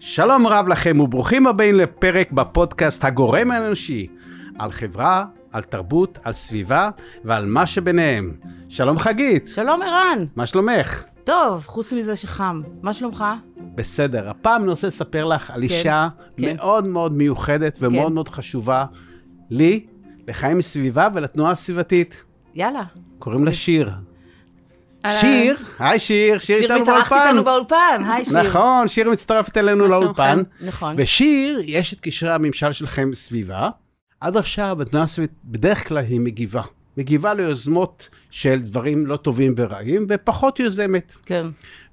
שלום רב לכם וברוכים הבאים לפרק בפודקאסט הגורם האנושי, על חברה, על תרבות, על סביבה ועל מה שביניהם. שלום חגית. שלום ערן. מה שלומך? טוב, חוץ מזה שחם. מה שלומך? בסדר. הפעם אני רוצה לספר לך על אישה מאוד מאוד מיוחדת ומאוד מאוד חשובה לי, לחיים מסביבה ולתנועה הסביבתית. יאללה. קוראים לה שיר. שיר, היי שיר, שיר איתנו באולפן. שיר איתנו באולפן, היי שיר. נכון, שיר מצטרפת אלינו לאולפן. נכון. ושיר, יש את קשרי הממשל שלכם בסביבה. עד עכשיו, התנועה הסביבתית, בדרך כלל היא מגיבה. מגיבה ליוזמות של דברים לא טובים ורעים, ופחות יוזמת. כן.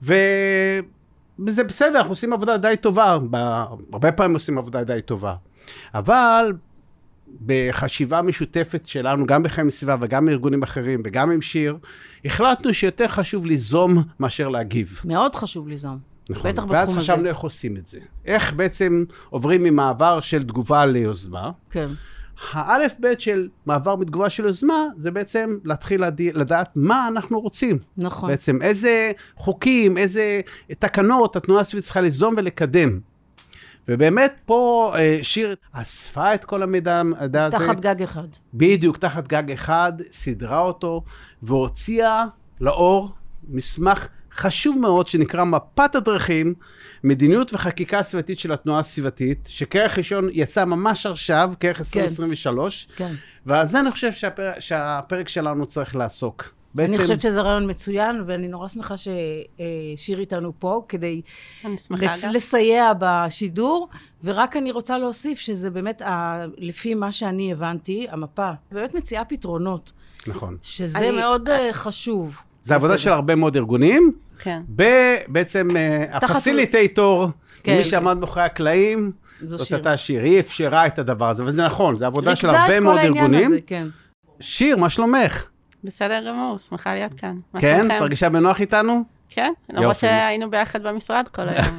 וזה בסדר, אנחנו עושים עבודה די טובה. הרבה פעמים עושים עבודה די טובה. אבל בחשיבה משותפת שלנו, גם בחיים מסביבה וגם מארגונים אחרים וגם עם שיר, החלטנו שיותר חשוב ליזום מאשר להגיב. מאוד חשוב ליזום. נכון, ואז חשבנו איך עושים את זה. איך בעצם עוברים ממעבר של תגובה ליוזמה. כן. האלף בית של מעבר מתגובה של יוזמה, זה בעצם להתחיל לדעת מה אנחנו רוצים. נכון. בעצם איזה חוקים, איזה תקנות התנועה הסביבתית צריכה ליזום ולקדם. ובאמת פה שיר אספה את כל המידע הזה. תחת גג אחד. בדיוק, תחת גג אחד, סדרה אותו, והוציאה לאור מסמך חשוב מאוד, שנקרא מפת הדרכים, מדיניות וחקיקה סביבתית של התנועה הסביבתית, שכרך ראשון יצא ממש עכשיו, כרך 2023, כן. ועל זה אני חושב שהפרק שלנו צריך לעסוק. אני חושבת שזה רעיון מצוין, ואני נורא שמחה ששיר איתנו פה, כדי לסייע בשידור, ורק אני רוצה להוסיף שזה באמת, לפי מה שאני הבנתי, המפה, באמת מציעה פתרונות. נכון. שזה מאוד חשוב. זה עבודה של הרבה מאוד ארגונים, כן. בעצם הפסיליטייטור, מי שעמד מאחורי הקלעים, זאת הייתה שיר, היא אפשרה את הדבר הזה, וזה נכון, זה עבודה של הרבה מאוד ארגונים. שיר, מה שלומך? בסדר גמור, שמחה להיות כאן. כן? פרגישה בנוח איתנו? כן, למרות שהיינו ביחד במשרד כל היום.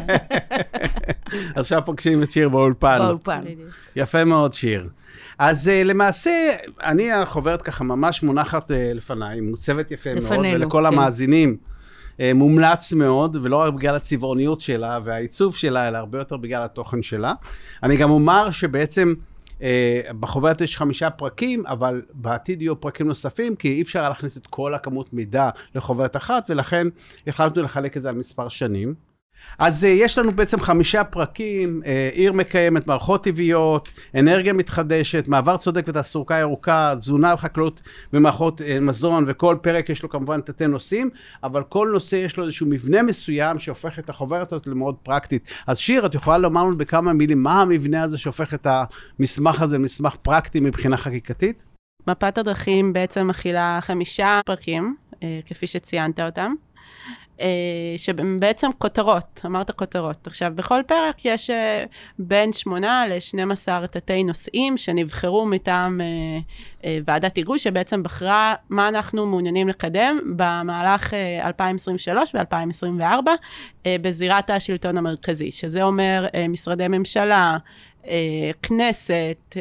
עכשיו פוגשים את שיר באולפן. באולפן. יפה מאוד שיר. אז למעשה, החוברת ככה ממש מונחת לפניי, מוצבת יפה מאוד, ולכל המאזינים מומלץ מאוד, ולא רק בגלל הצבעוניות שלה והעיצוב שלה, אלא הרבה יותר בגלל התוכן שלה. אני גם אומר שבעצם בחוברת יש 5 פרקים, אבל בעתיד יהיו פרקים נוספים, כי אי אפשר להכניס את כל הכמות מידע לחוברת אחת, ולכן החלטנו לחלק את זה על מספר שנים. אז יש לנו בעצם 5 פרקים, עיר מקיימת, מערכות טבעיות, אנרגיה מתחדשת, מעבר צודק ותעסוקה ירוקה, תזונה וחקלאות ומערכות מזון, וכל פרק יש לו כמובן תתי נושאים, אבל כל נושא יש לו איזשהו מבנה מסוים שהופך את החוברת הזאת למאוד פרקטית. אז שיר, את יכולה לומר לנו בכמה מילים, מה המבנה הזה שהופך את המסמך הזה למסמך פרקטי מבחינה חקיקתית? מפת הדרכים בעצם מכילה 5 פרקים, כפי שציינת אותם. שבעצם כותרות, אמרת כותרות. עכשיו, בכל פרק יש בין 8 ל-12 תתי נושאים שנבחרו מטעם ועדת היגוי, שבעצם בחרה מה אנחנו מעוניינים לקדם במהלך 2023 ו-2024 בזירת השלטון המרכזי, שזה אומר משרדי ממשלה, כנסת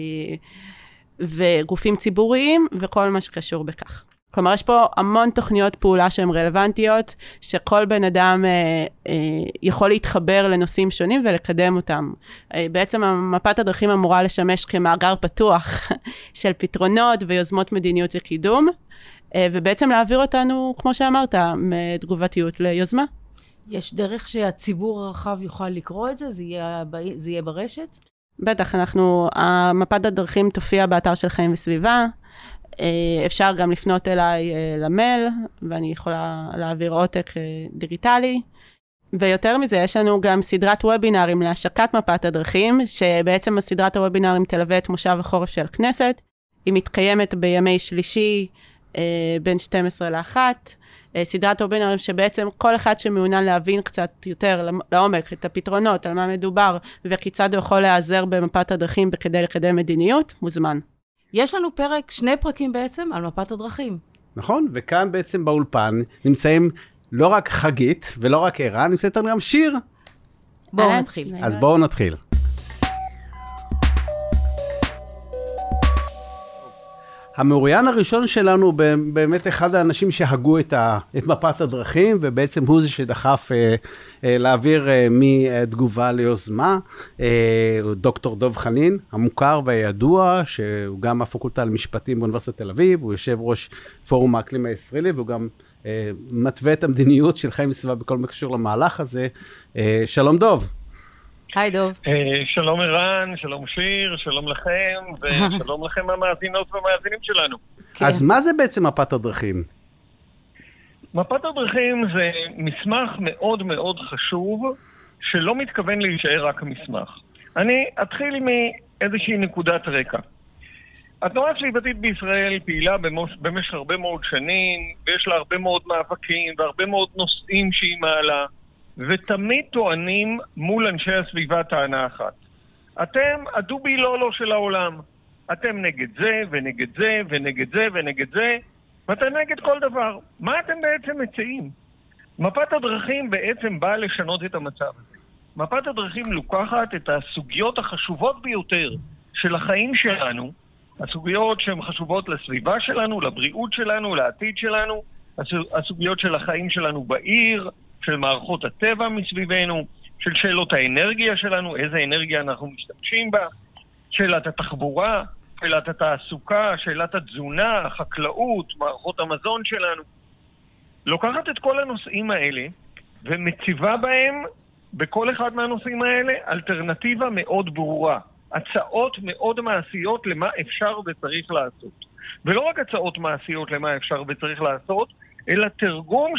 וגופים ציבוריים וכל מה שקשור בכך. כלומר, יש פה המון תוכניות פעולה שהן רלוונטיות, שכל בן אדם יכול להתחבר לנושאים שונים ולקדם אותם. בעצם מפת הדרכים אמורה לשמש כמאגר פתוח של פתרונות ויוזמות מדיניות לקידום, ובעצם להעביר אותנו, כמו שאמרת, מתגובתיות ליוזמה. יש דרך שהציבור הרחב יוכל לקרוא את זה? זה יהיה ברשת? בטח, מפת הדרכים תופיע באתר של חיים וסביבה, אפשר גם לפנות אליי למייל, ואני יכולה להעביר עותק דיגיטלי. ויותר מזה, יש לנו גם סדרת וובינרים להשקת מפת הדרכים, שבעצם הסדרת הוובינרים תלווה את מושב החורף של הכנסת. היא מתקיימת בימי שלישי בין 12 ל-1. סדרת וובינרים שבעצם כל אחד שמעוניין להבין קצת יותר לעומק את הפתרונות, על מה מדובר, וכיצד הוא יכול להיעזר במפת הדרכים כדי לקדם מדיניות, מוזמן. יש לנו 2 פרקים בעצם על מפת הדרכים. נכון, וכאן בעצם באולפן נמצאים לא רק חגית ולא רק ערן, נמצאת גם שיר. בואו נתחיל. אז בואו נתחיל. המאוריין הראשון שלנו באמת אחד האנשים שהגו את מפת הדרכים, ובעצם הוא זה שדחף להעביר מתגובה ליוזמה. דוקטור דב חנין, המוכר והידוע, שהוא גם הפקולטה למשפטים באוניברסיטת תל אביב, הוא יושב ראש פורום האקלים הישראלי, והוא גם מתווה את המדיניות של חיים וסביבה בכל מה קשור למהלך הזה. שלום דב. היי דוב. שלום ערן, שלום שיר, שלום לכם, ושלום לכם המאזינות והמאזינים שלנו. אז מה זה בעצם מפת הדרכים? מפת הדרכים זה מסמך מאוד מאוד חשוב, שלא מתכוון להישאר רק מסמך. אני אתחיל מאיזושהי נקודת רקע. התנועה הסביבתית בישראל פעילה במשך הרבה מאוד שנים, ויש לה הרבה מאוד מאבקים והרבה מאוד נושאים שהיא מעלה, ותמיד טוענים מול אנשי הסביבה טענה אחת. אתם הדובי לולו של העולם. אתם נגד זה ונגד זה ונגד זה ונגד זה, ואתם נגד כל דבר. מה אתם בעצם מציעים? מפת הדרכים בעצם באה לשנות את המצב הזה. מפת הדרכים לוקחת את הסוגיות החשובות ביותר של החיים שלנו, הסוגיות שהן חשובות לסביבה שלנו, לבריאות שלנו, לעתיד שלנו, הסוגיות של החיים שלנו בעיר, של מערכות הטבע מסביבנו, של שאלות האנרגיה שלנו, איזה אנרגיה אנחנו משתמשים בה, שאלת התחבורה, שאלת התעסוקה, שאלת התזונה, החקלאות, מערכות המזון שלנו. לוקחת את כל הנושאים האלה ומציבה בהם, בכל אחד מהנושאים האלה, אלטרנטיבה מאוד ברורה. הצעות מאוד מעשיות למה אפשר וצריך לעשות. ולא רק הצעות מעשיות למה אפשר וצריך לעשות, אלא תרגום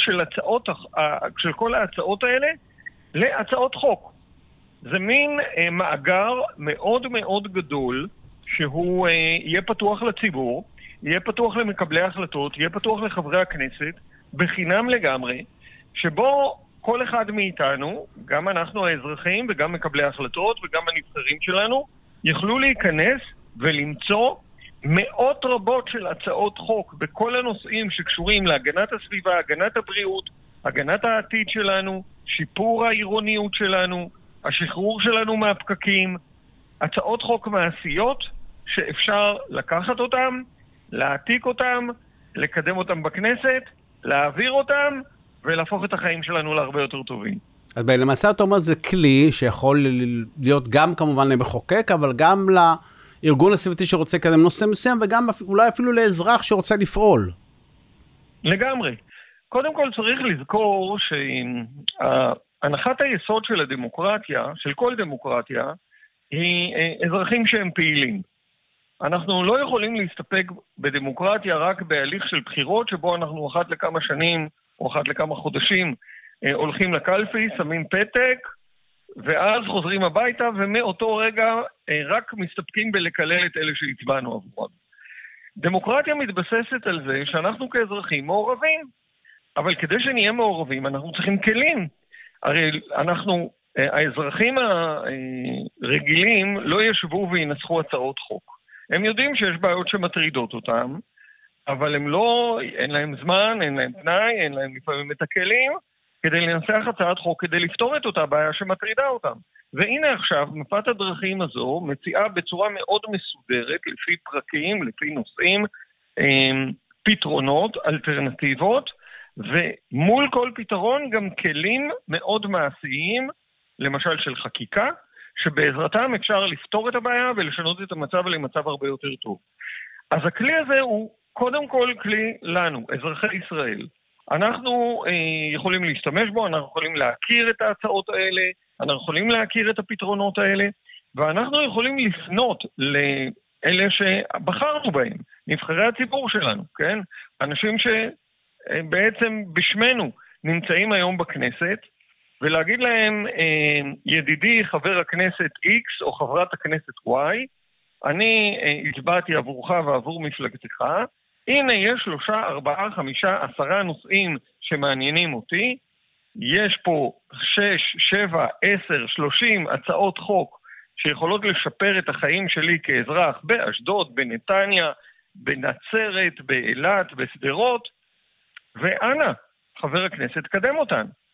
של כל ההצעות האלה להצעות חוק. זה מין מאגר מאוד מאוד גדול, שהוא יהיה פתוח לציבור, יהיה פתוח למקבלי ההחלטות, יהיה פתוח לחברי הכנסת, בחינם לגמרי, שבו כל אחד מאיתנו, גם אנחנו האזרחים וגם מקבלי ההחלטות וגם הנבחרים שלנו, יכלו להיכנס ולמצוא מאות רבות של הצעות חוק בכל הנושאים שקשורים להגנת הסביבה, הגנת הבריאות, הגנת העתיד שלנו, שיפור העירוניות שלנו, השחרור שלנו מהפקקים, הצעות חוק מעשיות שאפשר לקחת אותם, להעתיק אותם, לקדם אותם בכנסת, להעביר אותם ולהפוך את החיים שלנו להרבה יותר טובים. אז למעשה אתה אומר זה כלי שיכול להיות גם כמובן למחוקק, אבל גם לארגון הסביבתי שרוצה לקדם נושא מסוים, וגם אולי אפילו לאזרח שרוצה לפעול. לגמרי. קודם כל צריך לזכור שהנחת היסוד של הדמוקרטיה, של כל דמוקרטיה, היא אזרחים שהם פעילים. אנחנו לא יכולים להסתפק בדמוקרטיה רק בהליך של בחירות, שבו אנחנו אחת לכמה שנים או אחת לכמה חודשים הולכים לקלפי, שמים פתק, ואז חוזרים הביתה, ומאותו רגע רק מסתפקים בלקלל את אלה שהצבענו עבורם. דמוקרטיה מתבססת על זה שאנחנו כאזרחים מעורבים, אבל כדי שנהיה מעורבים אנחנו צריכים כלים. הרי האזרחים הרגילים לא ישבו וינסחו הצעות חוק. הם יודעים שיש בעיות שמטרידות אותם, אבל אין להם זמן, אין להם פנאי, אין להם לפעמים את הכלים, כדי לנסח הצעת חוק, כדי לפתור את אותה בעיה שמטרידה אותם. והנה עכשיו, מפת הדרכים הזו מציעה בצורה מאוד מסודרת, לפי פרקים, לפי נושאים, פתרונות, אלטרנטיבות, ומול כל פתרון גם כלים מאוד מעשיים, למשל של חקיקה, שבעזרתם אפשר לפתור את הבעיה ולשנות את המצב למצב הרבה יותר טוב. אז הכלי הזה הוא קודם כל כלי לנו, אזרחי ישראל. אנחנו יכולים להשתמש בו, אנחנו יכולים להכיר את ההצעות האלה, אנחנו יכולים להכיר את הפתרונות האלה, ואנחנו יכולים לפנות לאלה שבחרנו בהם, נבחרי הציבור שלנו, כן? אנשים שבעצם בשמנו נמצאים היום בכנסת, ולהגיד להם, ידידי חבר הכנסת X או חברת הכנסת Y, אני הצבעתי עבורך ועבור מפלגתך, הנה יש 3, 4, 5, 10 נושאים שמעניינים אותי, יש פה 6, 7, 10, 30 הצעות חוק שיכולות לשפר את החיים שלי כאזרח באשדוד, בנתניה, בנצרת, באילת, בסדרות, ואנא, חבר הכנסת, קדם אותן.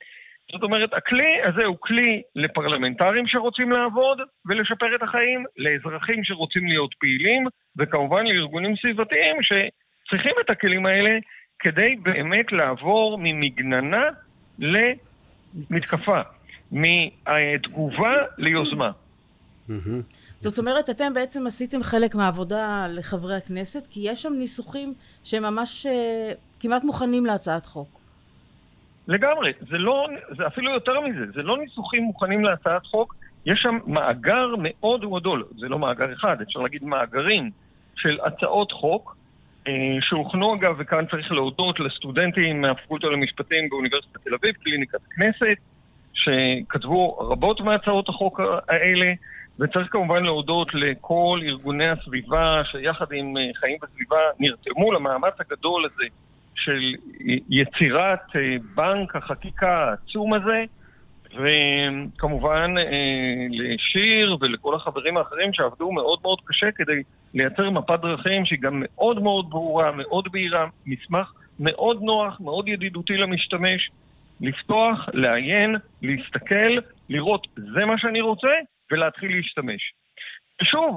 זאת אומרת, הכלי הזה הוא כלי לפרלמנטרים שרוצים לעבוד ולשפר את החיים, לאזרחים שרוצים להיות פעילים, וכמובן לארגונים סביבתיים שצריכים את הכלים האלה כדי באמת לעבור ממגננה למתקפה, מתגובה ליוזמה. זאת אומרת, אתם בעצם עשיתם חלק מהעבודה לחברי הכנסת, כי יש שם ניסוחים שהם ממש כמעט מוכנים להצעת חוק. לגמרי, זה אפילו יותר מזה, זה לא ניסוחים מוכנים להצעת חוק, יש שם מאגר מאוד גדול, זה לא מאגר אחד, אפשר להגיד מאגרים של הצעות חוק, שהוכנו אגב, וכאן צריך להודות לסטודנטים מהפקולטה למשפטים באוניברסיטת תל אביב, קליניקת כנסת, שכתבו רבות מהצעות החוק האלה, וצריך כמובן להודות לכל ארגוני הסביבה, שיחד עם חיים בסביבה נרתמו למאמץ הגדול הזה, של יצירת בנק החקיקה העצום הזה, וכמובן לשיר ולכל החברים האחרים שעבדו מאוד מאוד קשה כדי לייצר מפת דרכים שהיא גם מאוד מאוד ברורה, מאוד בהירה, מסמך מאוד נוח, מאוד ידידותי למשתמש, לפתוח, לעיין, להסתכל, לראות זה מה שאני רוצה ולהתחיל להשתמש. שוב,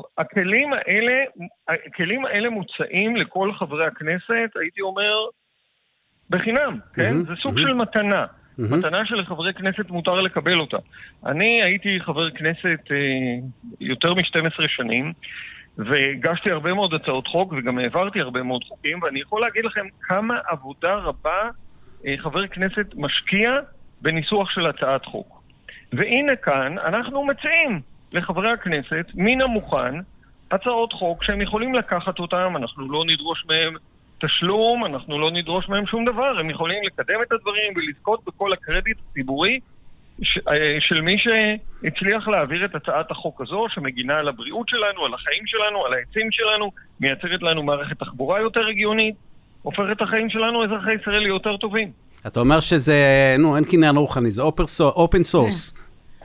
הכלים האלה מוצאים לכל חברי הכנסת, הייתי אומר, בחינם, כן? זה סוג של מתנה. מתנה שלחברי כנסת מותר לקבל אותה. אני הייתי חבר כנסת יותר מ-12 שנים, והגשתי הרבה מאוד הצעות חוק, וגם העברתי הרבה מאוד חוקים, ואני יכול להגיד לכם כמה עבודה רבה חבר כנסת משקיע בניסוח של הצעת חוק. והנה כאן אנחנו מציעים לחברי הכנסת מן המוכן הצעות חוק שהם יכולים לקחת אותם, אנחנו לא נדרוש מהם תשלום, אנחנו לא נדרוש מהם שום דבר, הם יכולים לקדם את הדברים ולזכות בכל הקרדיט הציבורי של מי שהצליח להעביר את הצעת החוק הזו, שמגינה על הבריאות שלנו, על החיים שלנו, על העצים שלנו, מייצרת לנו מערכת תחבורה יותר הגיונית, הופך את החיים שלנו, אזרחי ישראל, ליותר טובים. אתה אומר שזה, אין קניין רוחני, זה open source.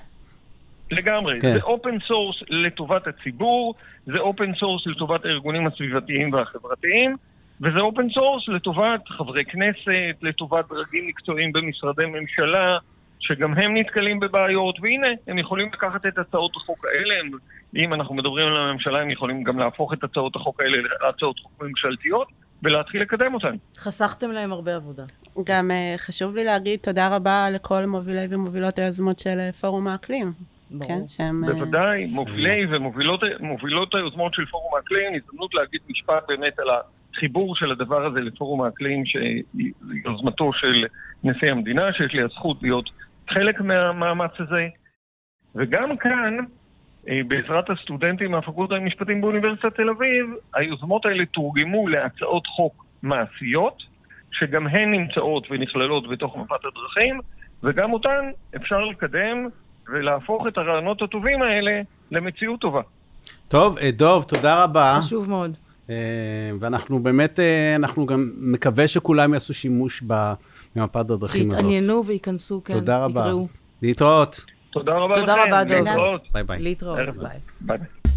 לגמרי, זה open source לטובת הציבור, זה open source לטובת הארגונים הסביבתיים והחברתיים, וזה open source לטובת חברי כנסת, לטובת דרגים מקצועיים במשרדי ממשלה, שגם הם נתקלים בבעיות, והנה, הם יכולים לקחת את הצעות החוק האלה, אם אנחנו מדברים על הממשלה, הם יכולים גם להפוך את הצעות החוק האלה להצעות חוק ממשלתיות, ולהתחיל לקדם אותן. חסכתם להם הרבה עבודה. גם חשוב לי להגיד תודה רבה לכל מובילי ומובילות היוזמות של פורום האקלים. כן, שהם... בוודאי, מובילי ומובילות היוזמות של פורום האקלים, הזדמנות להגיד משפט באמת על החיבור של הדבר הזה לפורום האקלים, שיוזמתו של נשיא המדינה, שיש לי הזכות להיות חלק מהמאמץ הזה. וגם כאן, בעזרת הסטודנטים מהפקולטה למשפטים באוניברסיטת תל אביב, היוזמות האלה תורגמו להצעות חוק מעשיות, שגם הן נמצאות ונכללות בתוך מפת הדרכים, וגם אותן אפשר לקדם ולהפוך את הרעיונות הטובים האלה למציאות טובה. טוב, דוב, תודה רבה. חשוב מאוד. ואנחנו באמת, אנחנו גם מקווה שכולם יעשו שימוש במפת הדרכים הזאת. שיתעניינו וייכנסו, כן, תודה רבה. יקראו. להתראות. תודה רבה לכם. תודה רבה, דוב. להתראות. ביי ביי. להתראות, ביי. ביי.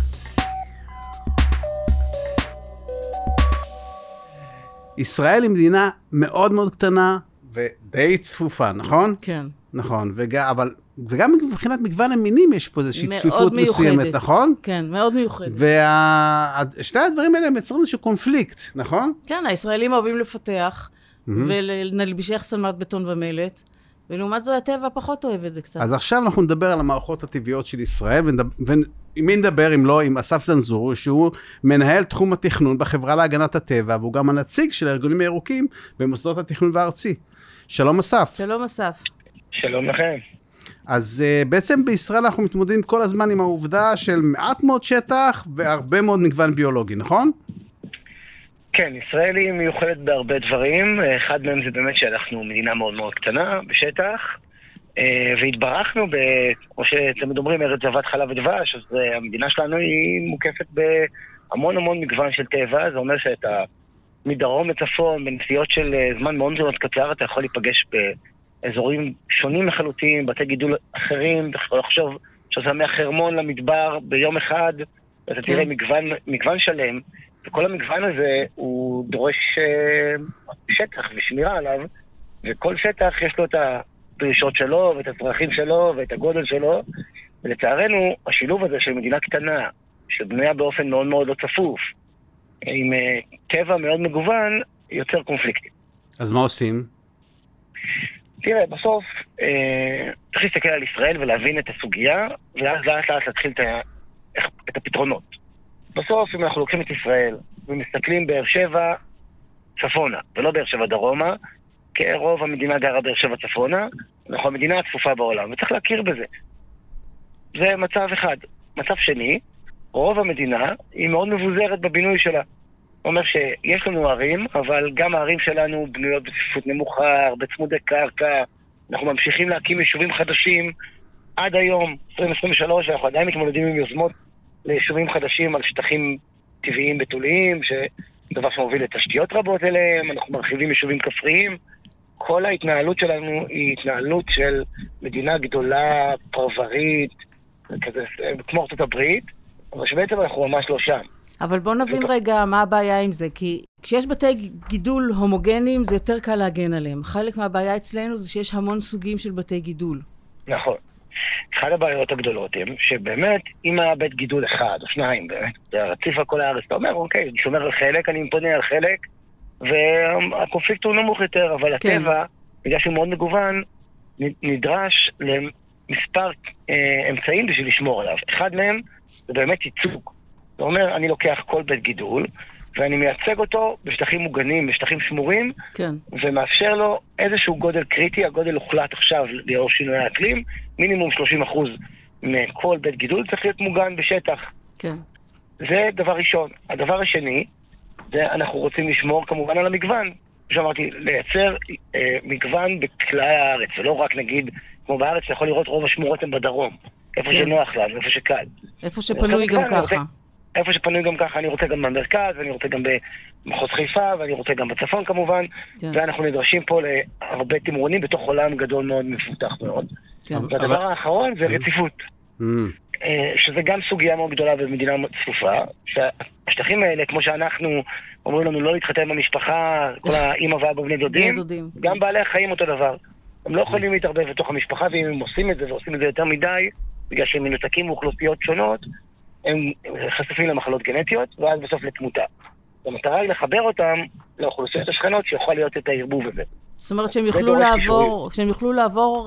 ישראל היא מדינה מאוד מאוד קטנה ודי צפופה, נכון? כן. נכון, וגם מבחינת מגוון המינים יש פה איזושהי צפיפות מסוימת, נכון? כן, מאוד מיוחדת. ושני הדברים האלה מייצרים איזשהו קונפליקט, נכון? כן, הישראלים אוהבים לפתח, ולנלבישך שלמת בטון ומלט, ולעומת זו הטבע פחות אוהב את זה קצת. אז עכשיו אנחנו נדבר על המערכות הטבעיות של ישראל, ומי נדבר אם לא, עם אסף זנזור, שהוא מנהל תחום התכנון בחברה להגנת הטבע, והוא גם הנציג של הארגונים הירוקים במוסדות התכנון והארצי. שלום אסף. שלום אסף. שלום לכם. אז בעצם בישראל אנחנו מתמודדים כל הזמן עם העובדה של מעט מאוד שטח והרבה מאוד מגוון ביולוגי, נכון? כן, ישראל היא מיוחדת בהרבה דברים. אחד מהם זה באמת שאנחנו מדינה מאוד מאוד קטנה בשטח, והתברכנו, כמו שתמיד אומרים, ארץ זבת חלב ודבש, אז המדינה שלנו היא מוקפת בהמון המון מגוון של טבע. זה אומר שאת מדרום לצפון, בנסיעות של זמן מאוד מאוד קצר, אתה יכול להיפגש באזורים שונים לחלוטין, בתי גידול אחרים, אתה יכול לחשוב שאתה מהחרמון למדבר ביום אחד, ואתה תראה מגוון שלם, וכל המגוון הזה הוא דורש שטח ושמירה עליו, וכל שטח יש לו את הדרישות שלו, ואת הצרכים שלו, ואת הגודל שלו. ולצערנו, השילוב הזה של מדינה קטנה, שבנויה באופן מאוד מאוד לא צפוף, עם טבע מאוד מגוון, יוצר קונפליקטים. אז מה עושים? תראה, בסוף צריך להסתכל על ישראל ולהבין את הסוגיה, ואז לאט לאט להתחיל את הפתרונות. בסוף, אם אנחנו לוקחים את ישראל ומסתכלים באר שבע צפונה, ולא באר שבע דרומה, כי רוב המדינה גרה באר שבע צפונה, אנחנו המדינה הצפופה בעולם, וצריך להכיר בזה. זה מצב אחד. מצב שני, רוב המדינה היא מאוד מבוזרת בבינוי שלה. זאת אומרת שיש לנו ערים, אבל גם הערים שלנו בנויות בצפיפות נמוכה, הרבה צמודי קרקע, אנחנו ממשיכים להקים יישובים חדשים עד היום, 2023, ואנחנו עדיין מתמודדים עם יוזמות ליישובים חדשים על שטחים טבעיים בתוליים, שדבר שמוביל לתשתיות רבות אליהם, אנחנו מרחיבים יישובים כפריים. כל ההתנהלות שלנו היא התנהלות של מדינה גדולה, פרברית, כזה, כמו ארצות הברית, אבל שבעצם אנחנו ממש לא שם. אבל בוא נבין רגע מה הבעיה עם זה, כי כשיש בתי גידול הומוגניים זה יותר קל להגן עליהם. חלק מהבעיה אצלנו זה שיש המון סוגים של בתי גידול. נכון. אחת הבעיות הגדולות הם שבאמת אם היה בית גידול אחד או שניים, באמת, זה רציף על כל הארץ, אתה אומר, אוקיי, אני שומר על חלק, אני פונה על חלק, והקונפליקט הוא נמוך יותר, אבל כן. הטבע, בגלל שהוא מאוד מגוון, נדרש למספר אמצעים בשביל לשמור עליו. אחד מהם זה באמת ייצוג. זאת אומרת, אני לוקח כל בית גידול, ואני מייצג אותו בשטחים מוגנים, בשטחים שמורים, כן. ומאפשר לו איזשהו גודל קריטי, הגודל הוחלט עכשיו לאור שינוי האקלים, מינימום 30% מכל בית גידול צריך להיות מוגן בשטח. כן. זה דבר ראשון. הדבר השני, זה אנחנו רוצים לשמור כמובן על המגוון. שאמרתי, לייצר מגוון בכלל הארץ, ולא רק נגיד, כמו בארץ, אתה יכול לראות רוב השמורות הן בדרום. איפה כן. שנוח לנו, איפה שקל. איפה שפנוי גם ככה. איפה שפנוי גם ככה, אני רוצה גם במרכז, ואני רוצה גם במחוז חיפה, ואני רוצה גם בצפון כמובן, כן. ואנחנו נדרשים פה להרבה תמרונים בתוך עולם גדול מאוד מפותח מאוד. כן. והדבר האחרון זה רציפות. שזה גם סוגיה מאוד גדולה במדינה צפופה, שהשטחים האלה, כמו שאנחנו אומרים לנו לא להתחתן במשפחה, כל האמא ואבא בני דודים, גם בעלי החיים אותו דבר. הם לא יכולים להתערבב בתוך המשפחה, ואם הם עושים את זה ועושים את זה יותר מדי, בגלל שהם מנותקים מאוכלוסיות שונות, הם חשופים למחלות גנטיות, ואז בסוף לתמותה. המטרה היא לחבר אותם לאוכלוסיות השכנות שיכול להיות את הערבוב הזה. זאת אומרת שהם יוכלו לעבור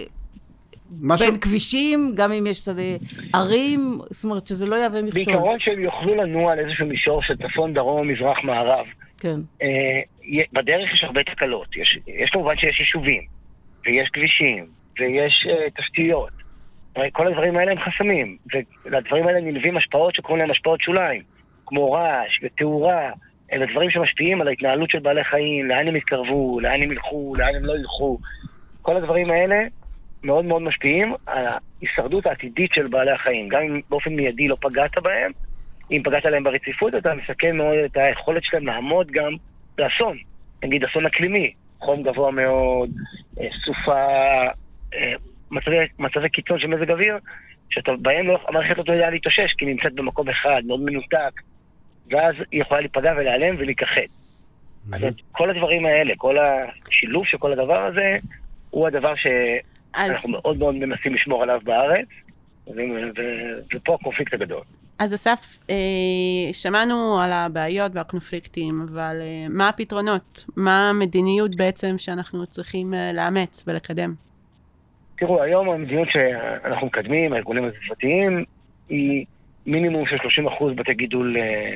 בין כבישים, גם אם יש ערים, זאת אומרת שזה לא יהווה מכשול. בעיקרון שהם יוכלו לנוע על איזשהו מישור של צפון, דרום, מזרח, מערב. כן. בדרך יש הרבה תקלות. יש כמובן שיש יישובים, ויש כבישים, ויש תשתיות. כל הדברים האלה הם חסמים, ולדברים האלה נלווים השפעות שקוראים להם השפעות שוליים, כמו רעש ותאורה, אלה דברים שמשפיעים על ההתנהלות של בעלי חיים, לאן הם יתקרבו, לאן הם ילכו, לאן הם לא ילכו. כל הדברים האלה מאוד מאוד משפיעים על ההישרדות העתידית של בעלי החיים. גם אם באופן מיידי לא פגעת בהם, אם פגעת להם ברציפות, אתה מסכן מאוד את היכולת שלהם לעמוד גם באסון. נגיד אסון אקלימי, חום גבוה מאוד, סופה, מצבי קיצון של מזג אוויר, שבהם המערכת לא תדע להתאושש, כי היא נמצאת במקום אחד, מאוד מנותק, ואז היא יכולה להיפגע ולהיעלם ולהיכחד. אז כל הדברים האלה, כל השילוב של כל הדבר הזה, הוא הדבר שאנחנו מאוד מאוד מנסים לשמור עליו בארץ, ופה הקונפליקט הגדול. אז אסף, שמענו על הבעיות והקונפליקטים, אבל מה הפתרונות? מה המדיניות בעצם שאנחנו צריכים לאמץ ולקדם? תראו, היום המדיניות שאנחנו מקדמים, הארגונים הסביבתיים, היא מינימום של 30% בתי גידול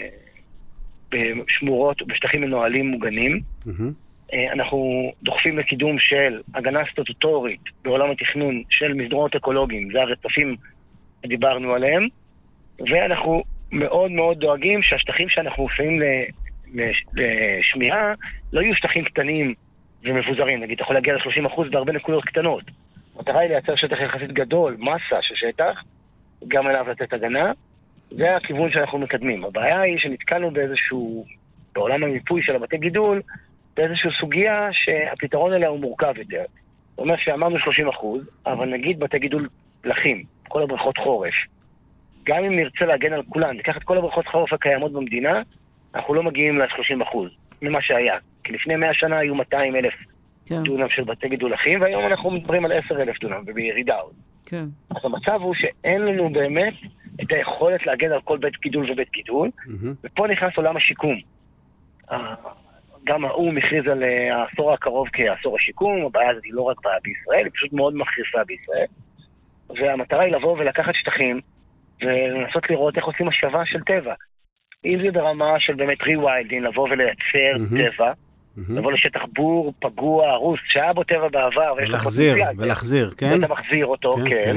בשמורות ובשטחים מנוהלים מוגנים. אנחנו דוחפים לקידום של הגנה סטטוטורית בעולם התכנון של מסדרונות אקולוגיים, זה הרצפים שדיברנו עליהם, ואנחנו מאוד מאוד דואגים שהשטחים שאנחנו עושים לשמירה לא יהיו שטחים קטנים ומבוזרים. נגיד, אתה יכול להגיע ל-30% בהרבה נקודות קטנות. המטרה היא לייצר שטח יחסית גדול, מסה של שטח, גם אליו לתת הגנה. זה הכיוון שאנחנו מקדמים. הבעיה היא שנתקלנו באיזשהו, בעולם המיפוי של הבתי גידול, באיזושהי סוגיה שהפתרון אליה הוא מורכב יותר. זאת אומרת שאמרנו 30%, אבל נגיד בתי גידול פלחים, כל הבריכות חורף. גם אם נרצה להגן על כולן, ניקח את כל הבריכות חורף הקיימות במדינה, אנחנו לא מגיעים ל-30% ממה שהיה. כי לפני 100 שנה היו 200,000 דונם של בתי גידול אחים, והיום אנחנו מדברים על 10,000 דונם, ובירידה עוד. כן. אז המצב הוא שאין לנו באמת את היכולת להגן על כל בית גידול ובית גידול, ופה נכנס עולם השיקום. גם האו"ם מכריז על העשור הקרוב כעשור השיקום, הבעיה הזאת היא לא רק בעיה בישראל, היא פשוט מאוד מחריפה בישראל, והמטרה היא לבוא ולקחת שטחים, ולנסות לראות איך עושים השבה של טבע. אם זה ברמה של באמת ריוויילדין, לבוא ולייצר טבע, לבוא לשטח בור, פגוע, הרוס, שהיה בו טבע בעבר, ולהחזיר, כן? ואתה מחזיר אותו, כן.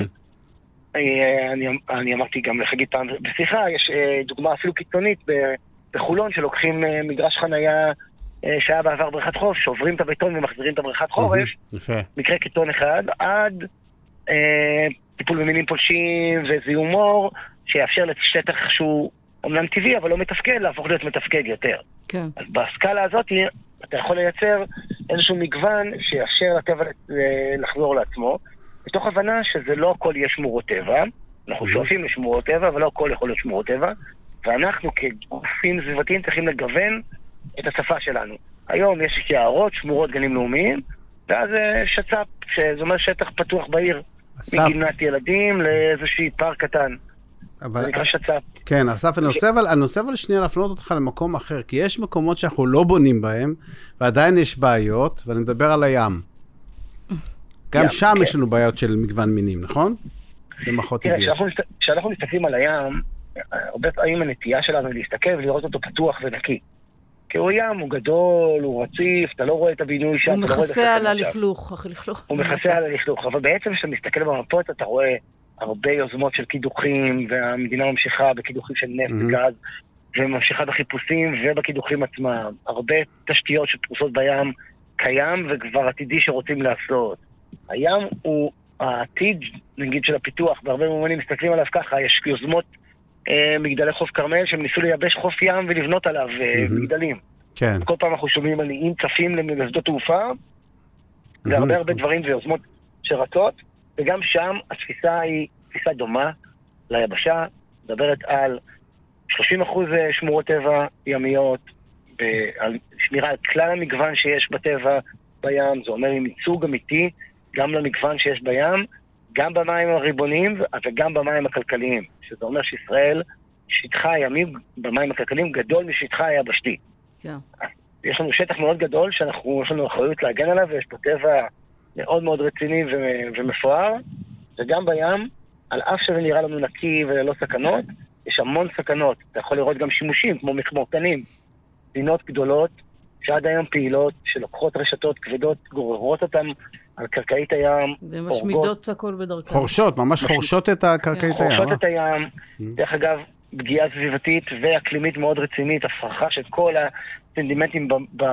אני אמרתי גם לחגית פעם בשיחה, יש דוגמה אפילו קיצונית בחולון, שלוקחים מגרש חנייה שהיה בעבר בריכת חוף, שעוברים את הבטון ומחזירים את הבריכת חורף, מקרה קיצון אחד, עד טיפול במינים פולשים וזיהום אור, שיאפשר לשטח שהוא אומנם טבעי, אבל לא מתפקד, להפוך להיות מתפקד יותר. כן. אז בסקאלה הזאת, אתה יכול לייצר איזשהו מגוון שיאפשר לטבע לחזור לעצמו, מתוך הבנה שזה לא הכל יהיה שמורות טבע, אנחנו שואפים לשמורות טבע, אבל לא הכל יכול להיות שמורות טבע, ואנחנו כגופים סביבתיים צריכים לגוון את השפה שלנו. היום יש יערות, שמורות, גנים לאומיים, ואז שצ"פ, שזה אומר שטח פתוח בעיר, מגינת ילדים לאיזושהי פארק קטן. זה נקרא שצ"פ. כן, אסף, אני רוצה אבל שנייה להפנות אותך למקום אחר, כי יש מקומות שאנחנו לא בונים בהם, ועדיין יש בעיות, ואני מדבר על הים. גם שם יש לנו בעיות של מגוון מינים, נכון? במחות טבעיות. כשאנחנו מסתכלים על הים, הרבה פעמים הנטייה שלנו להסתכל ולראות אותו פתוח ונקי. כי הוא ים, הוא גדול, הוא רציף, אתה לא רואה את הבינוי שם. הוא מכסה על הלכלוך. הוא מכסה על הלכלוך, אבל בעצם כשאתה מסתכל במפות, אתה רואה הרבה יוזמות של קידוחים, והמדינה ממשיכה בקידוחים של נפט וגז, וממשיכה בחיפושים ובקידוחים עצמם. הרבה תשתיות שפרוסות בים קיים, וכבר עתידי שרוצים לעשות. הים הוא העתיד, נגיד, של הפיתוח, בהרבה מובנים מסתכלים עליו ככה, יש יוזמות מגדלי חוף כרמל, שהם ניסו לייבש חוף ים ולבנות עליו מגדלים. כן. כל פעם אנחנו שומעים על איים צפים לשדות תעופה, והרבה דברים ויוזמות שרצות, וגם שם התפיסה היא תפיסה דומה ליבשה, מדברת על 30% שמורות טבע ימיות, על שמירה על כלל המגוון שיש בטבע בים, זה אומר עם ייצוג אמיתי גם למגוון שיש בים, גם במים הריבוניים וגם במים הכלכליים, שזה אומר שישראל, שטחה הימי במים הכלכליים גדול משטחה היבשתי. כן. יש לנו שטח מאוד גדול יש לנו אחריות להגן עליו, ויש פה טבע מאוד מאוד רציני ומפואר, וגם בים, על אף שזה נראה לנו נקי וללא סכנות, יש המון סכנות. אתה יכול לראות גם שימושים כמו מכמורתנים, מדינות גדולות שעד היום פעילות, שלוקחות רשתות כבדות, גוררות אותם על קרקעית הים, ומשמידות הכל בדרכם. חורשות, ממש חורשות את הקרקעית הים. חורשות את הים, דרך אגב, פגיעה סביבתית ואקלימית מאוד רצינית, הפרחה של כל הסנטימנטים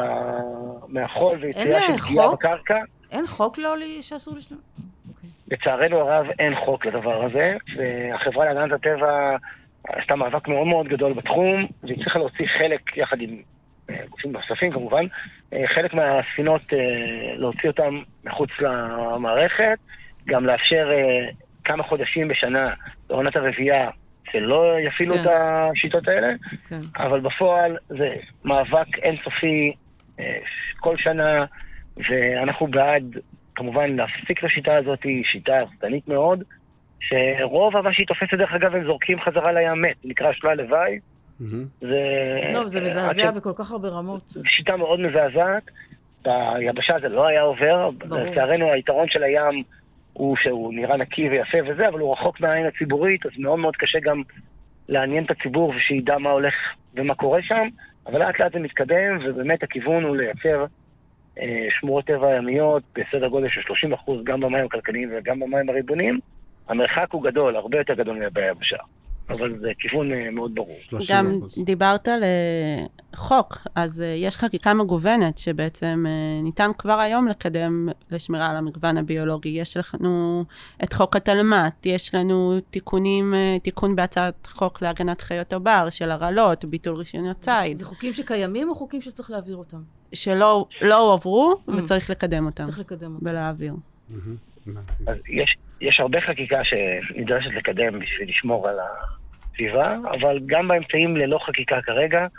מהחול, ויציאה של פגיעה בקרקע. אין חוק שאסור לשנות? לצערנו הרב אין חוק לדבר הזה, והחברה להגנת הטבע עשתה מאבק מאוד מאוד גדול בתחום, והיא צריכה להוציא חלק, יחד עם גופים נוספים כמובן, חלק מהספינות להוציא אותם מחוץ למערכת, גם לאפשר כמה חודשים בשנה לעונת הרבייה, שלא יפעילו את השיטות האלה, אבל בפועל זה מאבק אינסופי כל שנה, ואנחנו בעד כמובן להפסיק את השיטה הזאת, היא שיטה הרסנית מאוד, שרוב מה שהיא תופסת דרך אגב הם זורקים חזרה לים מת, נקרא שלל לוואי. זה מזעזע בכל כך הרבה רמות. שיטה מאוד מזעזעת, ביבשה זה לא היה עובר, לצערנו היתרון של הים הוא שהוא נראה נקי ויפה וזה, אבל הוא רחוק מהעין הציבורית, אז מאוד מאוד קשה גם לעניין את הציבור ושידע מה הולך ומה קורה שם, אבל לאט לאט זה מתקדם, ובאמת הכיוון הוא לייצר שמורות טבע ימיות בסדר גודל של 30% גם במים הכלכליים וגם במים הריבוניים. המרחק הוא גדול, הרבה יותר גדול מהיבשה, אבל זה כיוון מאוד ברור. גם דיברת על חוק, אז יש חקיקה מגוונת שבעצם ניתן כבר היום לקדם לשמירה על המגוון הביולוגי. יש לנו את חוק התלמ"ת, יש לנו תיקון בהצעת חוק להגנת חיות הבר של הרעלות, ביטול רישיונות ציד. זה חוקים שקיימים או חוקים שצריך להעביר אותם? שלא הועברו וצריך לקדם אותם. צריך לקדם אותם. ולהעביר. אז יש הרבה חקיקה שנדרשת לקדם בשביל לשמור על הסביבה, אבל גם באמצעים ללא חקיקה כרגע,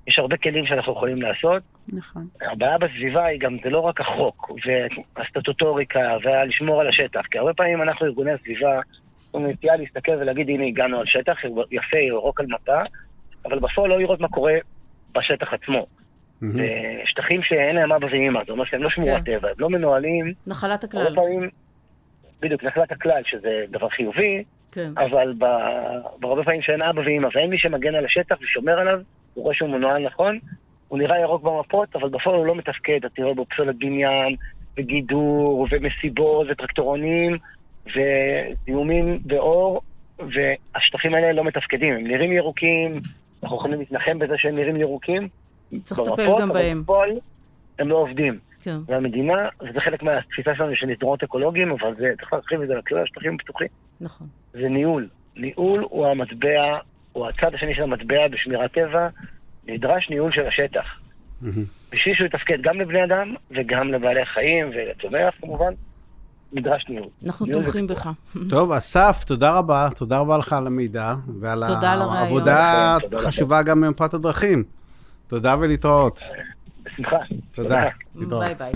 יש הרבה כלים שאנחנו יכולים לעשות. נכון. הבעיה בסביבה היא גם, זה לא רק החוק, והסטטוטוריקה, ולשמור על השטח, כי הרבה פעמים אנחנו ארגוני הסביבה, אנחנו נטייה להסתכל ולהגיד, הנה הגענו על שטח, יפה, ירוק על מפה, אבל בפועל לא לראות מה קורה בשטח עצמו. שטחים שאין להם אבא ואמא, זאת אומרת שהם לא שמורת טבע, הם לא מנוהלים. נחלת הכלל. בדיוק, נחלת הכלל, שזה דבר חיובי, אבל הרבה פעמים שאין אבא ואמא, ואין מי שמגן על השטח ושומר עליו, הוא רואה שהוא מנוהל נכון, הוא נראה ירוק במפות, אבל בפועל הוא לא מתפקד, אתה תראה בו פסולת בניין, וגידור, ומסיבות, וטרקטורונים, וזיהומים באור, והשטחים האלה לא מתפקדים, הם נראים ירוקים, אנחנו יכולים להתנחם בזה שהם נראים ירוקים, צריך לטפל גם בהם. בפועל הם לא עובדים. כן. והמדינה, וזה חלק מהתפיסה שלנו של מסדרונות אקולוגיים, אבל זה, צריך להרחיב את זה לכלל השטחים הפתוחים. נכון. זה ניהול. ניהול הוא המטבע, הוא הצד השני של המטבע בשמירת טבע, נדרש ניהול של השטח. בשביל שהוא יתפקד גם לבני אדם, וגם לבעלי חיים, ולצומח כמובן, נדרש ניהול. אנחנו תומכים בך. טוב, אסף, תודה רבה. תודה רבה לך על המידע, ועל העבודה חשובה גם במפת הדרכים. תודה ולהתראות. בשמחה. תודה. ביי ביי.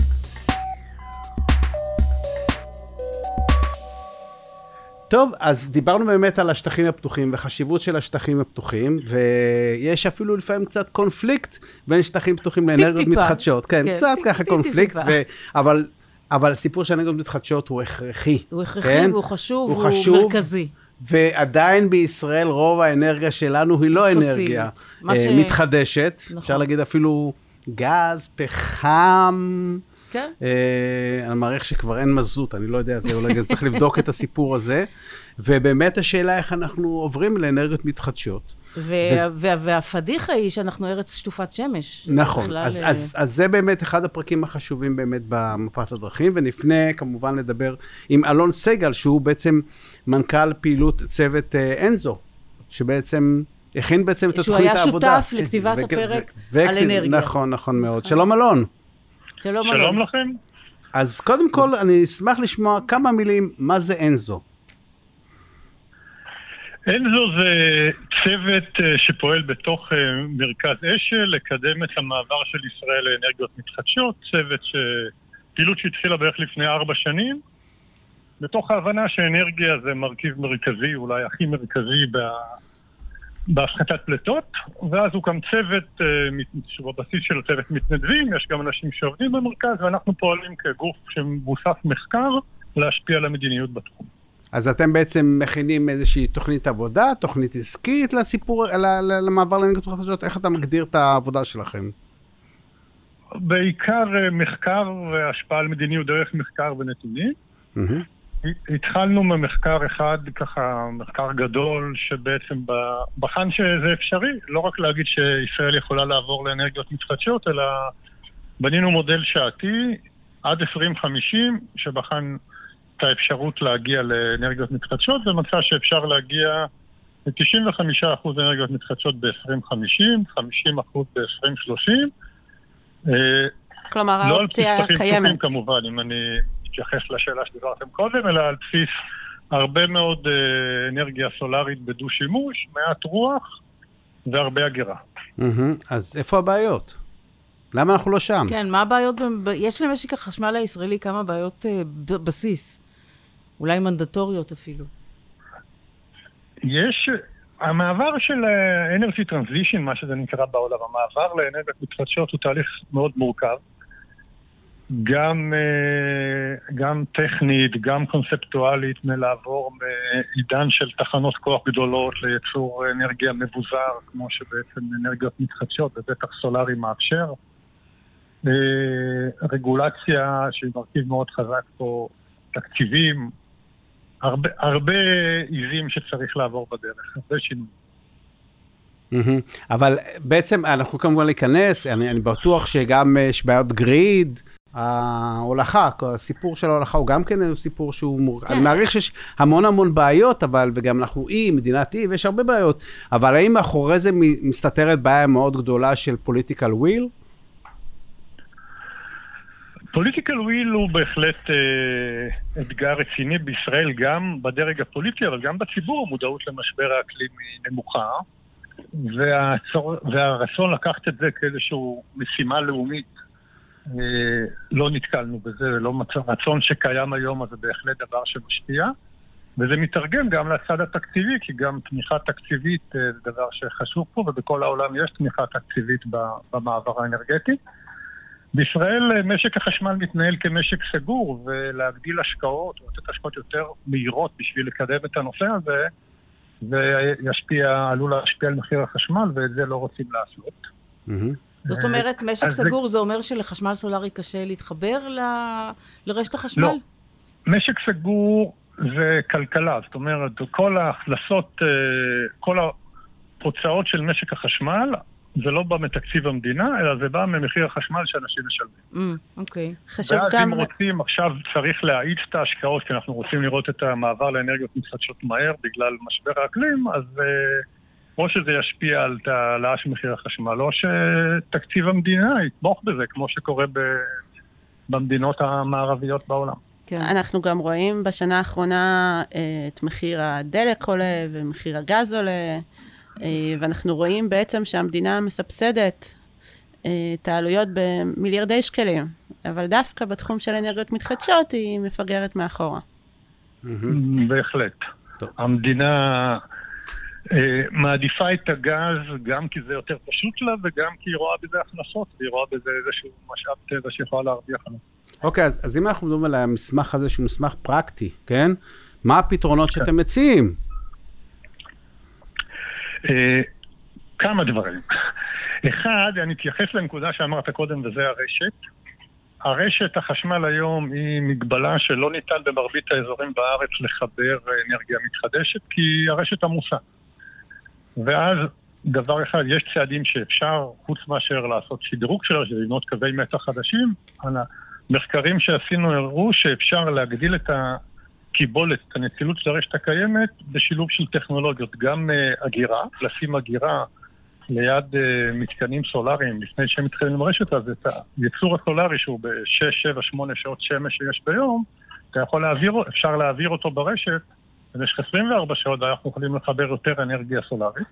טוב, אז דיברנו באמת על השטחים הפתוחים וחשיבות של השטחים הפתוחים, ויש אפילו לפעמים קצת קונפליקט בין שטחים פתוחים לאנרגיות מתחדשות. כן, קצת ככה קונפליקט, אבל הסיפור של אנרגיות מתחדשות הוא הכרחי. הוא הכרחי והוא חשוב, הוא מרכזי. ועדיין בישראל רוב האנרגיה שלנו היא לא אנרגיה מתחדשת. אפשר להגיד אפילו גז, פחם. כן. אני מעריך שכבר אין מזוט, אני לא יודע, זה אולי צריך לבדוק את הסיפור הזה. ובאמת השאלה איך אנחנו עוברים לאנרגיות מתחדשות. והפדיחה היא שאנחנו ארץ שטופת שמש. נכון, אז זה באמת אחד הפרקים החשובים באמת במפת הדרכים, ונפנה כמובן לדבר עם אלון סגל, שהוא בעצם מנכ"ל פעילות צוות אנזו, שבעצם הכין בעצם את התוכנית העבודה. שהוא היה שותף לכתיבת הפרק על אנרגיה. נכון, נכון מאוד. שלום אלון. שלום לכם. אז קודם כל אני אשמח לשמוע כמה מילים, מה זה אנזו? אנזו זה צוות שפועל בתוך מרכז אשל, לקדם את המעבר של ישראל לאנרגיות מתחדשות, צוות פעילות שהתחילה בערך לפני 4 שנים, בתוך ההבנה שאנרגיה זה מרכיב מרכזי, אולי הכי מרכזי בהפחתת פליטות, ואז הוא גם צוות, שבבסיס של צוות מתנדבים, יש גם אנשים שעובדים במרכז, ואנחנו פועלים כגוף שמבוסס מחקר להשפיע על המדיניות בתחום. אז אתם בעצם מכינים איזושהי תוכנית עבודה, תוכנית עסקית לסיפור, למעבר לאנרגיות מתחדשות, איך אתה מגדיר את העבודה שלכם? בעיקר מחקר והשפעה על מדיניות דרך מחקר ונתונים. התחלנו ממחקר אחד, ככה מחקר גדול, שבעצם בחן שזה אפשרי, לא רק להגיד שישראל יכולה לעבור לאנרגיות מתחדשות, אלא בנינו מודל שעתי עד 2050, שבחן את האפשרות להגיע לאנרגיות מתחדשות, ומצא שאפשר להגיע ל-95% אנרגיות מתחדשות ב-2050, 50% ב-2030. כלומר, האופציה קיימת. לא על בסיס שטחים פתוחים כמובן, אם אני מתייחס לשאלה שדיברתם קודם, אלא על בסיס הרבה מאוד אנרגיה סולארית בדו-שימוש, מעט רוח והרבה אגירה. אז איפה הבעיות? למה אנחנו לא שם? כן, מה הבעיות? יש למשק החשמל הישראלי כמה בעיות בסיס. אולי מנדטוריות אפילו. יש, המעבר של Energy Transition, מה שזה נקרא בעולם, המעבר לאנרגיות מתחדשות הוא תהליך מאוד מורכב. גם טכנית, גם קונספטואלית, מלעבור מעידן של תחנות כוח גדולות לייצור אנרגיה מבוזר, כמו שבעצם אנרגיות מתחדשות, ובטח סולארי מאפשר. רגולציה שהיא מרכיב מאוד חזק פה, תקציבים, הרבה עיזים שצריך לעבור בדרך, הרבה שינוי. אבל בעצם אנחנו כמובן להיכנס, אני בטוח שגם יש בעיות גריד, ההולכה, הסיפור של ההולכה הוא גם כן סיפור שהוא מורכב. אני מעריך שיש המון בעיות, אבל וגם אנחנו מדינת ויש הרבה בעיות, אבל האם מאחורי זה מסתתרת בעיה מאוד גדולה של political will? פוליטיקל וויל הוא בהחלט אתגר רציני בישראל, גם בדרג הפוליטי, אבל גם בציבור. המודעות למשבר האקלים היא נמוכה. והרצון לקחת את זה כאיזשהו משימה לאומית, לא נתקלנו בזה, לא רצון שקיים היום, אז זה בהחלט דבר שמשפיע, וזה מתרגם גם לצד התקציבי, כי גם תמיכה תקציבית זה דבר שחשוב פה, ובכל העולם יש תמיכה תקציבית במעבר האנרגטי. בישראל משק החשמל מתנהל כמשק סגור, ולהגדיל השקעות, או לתת השקעות יותר מהירות בשביל לקדם את הנושא הזה, ועלול להשפיע על מחיר החשמל, ואת זה לא רוצים לעשות. זאת אומרת, משק סגור זה אומר שלחשמל סולרי קשה להתחבר לרשת החשמל? לא. משק סגור זה כלכלה, זאת אומרת, כל ההכנסות, כל ההוצאות של משק החשמל, זה לא בא מתקציב המדינה, אלא זה בא ממחיר החשמל שאנשים משלמים. אוקיי. ואז אם רוצים, עכשיו צריך להאיץ את ההשקעות, כי אנחנו רוצים לראות את המעבר לאנרגיות מתחדשות מהר בגלל משבר האקלים, אז או שזה ישפיע על העלאה של מחיר החשמל, או שתקציב המדינה יתמוך בזה, כמו שקורה במדינות המערביות בעולם. כן. אנחנו גם רואים בשנה האחרונה את מחיר הדלק עולה ומחיר הגז עולה, ואנחנו רואים בעצם שהמדינה מסבסדת את העלויות במיליארדי שקלים, אבל דווקא בתחום של אנרגיות מתחדשות היא מפגרת מאחורה. בהחלט. המדינה מעדיפה את הגז גם כי זה יותר פשוט לה, וגם כי היא רואה בזה הכנסות, והיא רואה בזה איזשהו משאב טבע שיכולה להרוויח עליו. אוקיי, אז אם אנחנו מדברים על המסמך הזה שהוא מסמך פרקטי, כן? מה הפתרונות שאתם מציעים? כמה דברים. אחד, אני אתייחס לנקודה שאמרת קודם, וזה הרשת. הרשת החשמל היום היא מגבלה שלא ניתן במרבית האזורים בארץ לחבר אנרגיה מתחדשת, כי הרשת עמוסה. ואז דבר אחד, יש צעדים שאפשר, חוץ מאשר לעשות שדרוג שלה, לבנות קווי מתח חדשים. המחקרים שעשינו הראו שאפשר להגדיל את הקיבולת, את הנצילות של הרשת הקיימת, בשילוב של טכנולוגיות, גם אגירה, לשים אגירה ליד מתקנים סולריים, לפני שהם מתחילים לרשת, אז את היצור הסולרי שהוא ב-6, 7, 8 שעות שמש שיש ביום, אפשר להעביר אותו ברשת במשך 24 שעות, ואנחנו יכולים לחבר יותר אנרגיה סולרית.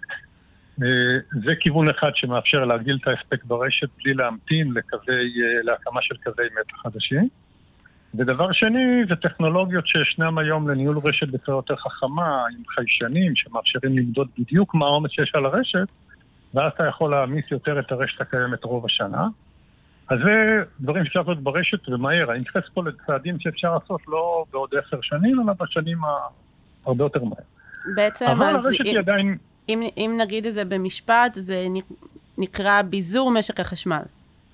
זה כיוון אחד שמאפשר להגדיל את האספקט ברשת בלי להמתין להקמה של קווי מתח חדשים. ודבר שני, זה טכנולוגיות שישנם היום לניהול רשת בצורה יותר חכמה, עם חיישנים שמאפשרים למדוד בדיוק מה העומס שיש על הרשת, ואז אתה יכול להעמיס יותר את הרשת הקיימת רוב השנה. אז זה דברים שאפשר לעשות ברשת ומהר. אני מתייחס פה לצעדים שאפשר לעשות לא בעוד 10 שנים, אלא בשנים הרבה יותר מהר. בעצם, אבל הרשת היא עדיין... אם נגיד את זה במשפט, זה נקרא ביזור משק החשמל.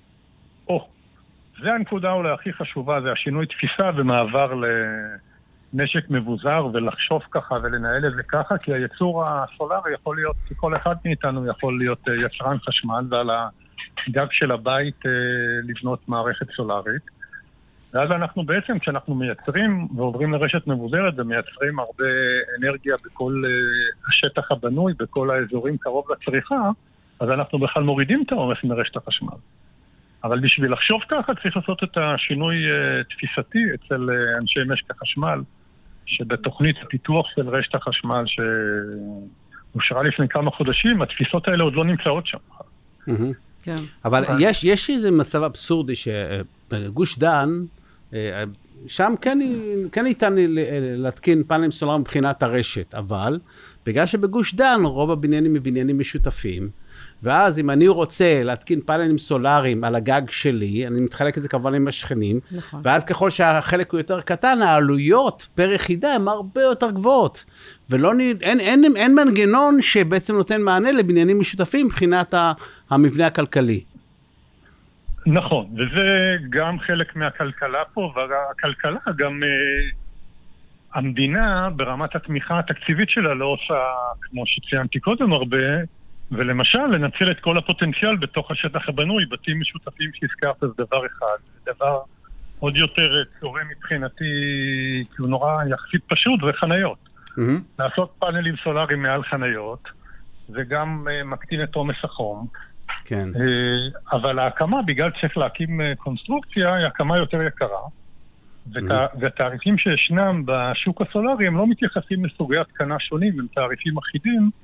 זה הנקודה אולי הכי חשובה, זה השינוי תפיסה ומעבר לנשק מבוזר ולחשוב ככה ולנהל את זה ככה, כי היצור הסולרי יכול להיות, כל אחד מאיתנו יכול להיות יצרן חשמל, ועל הגג של הבית לבנות מערכת סולרית. ואז אנחנו בעצם, כשאנחנו מייצרים ועוברים לרשת מבוזרת ומייצרים הרבה אנרגיה בכל השטח הבנוי, בכל האזורים קרוב לצריכה, אז אנחנו בכלל מורידים את העומס מרשת החשמל. אבל בשביל לחשוב ככה צריך לעשות את השינוי תפיסתי אצל אנשי משק החשמל, שבתוכנית הפיתוח של רשת החשמל שאושרה לפני כמה חודשים, התפיסות האלה עוד לא נמצאות שם. כן. אבל יש איזה מצב אבסורדי שבגוש דן, שם כן ניתן להתקין פאנלים סולריים מבחינת הרשת, אבל בגלל שבגוש דן רוב הבניינים הם בניינים משותפים, ואז אם אני רוצה להתקין פאנלים סולריים על הגג שלי, אני מתחלק את זה כמובן עם השכנים, נכון. ואז ככל שהחלק הוא יותר קטן, העלויות פר יחידה הן הרבה יותר גבוהות, אין מנגנון שבעצם נותן מענה לבניינים משותפים מבחינת המבנה הכלכלי. נכון, וזה גם חלק מהכלכלה פה, והכלכלה גם המדינה ברמת התמיכה התקציבית שלה לא עושה, כמו שציינתי קודם הרבה, ולמשל, לנצל את כל הפוטנציאל בתוך השטח הבנוי, בתים משותפים שהזכרת, זה דבר אחד. זה דבר עוד יותר קורה מבחינתי, כי הוא נורא יחסית פשוט, זה חניות. לעשות פאנלים סולריים מעל חניות, זה גם מקטין את עומס החום. כן. אבל ההקמה, בגלל שצריך להקים קונסטרוקציה, היא הקמה יותר יקרה. והתעריפים שישנם בשוק הסולרי, הם לא מתייחסים לסוגי התקנה שונים, הם תעריפים אחידים,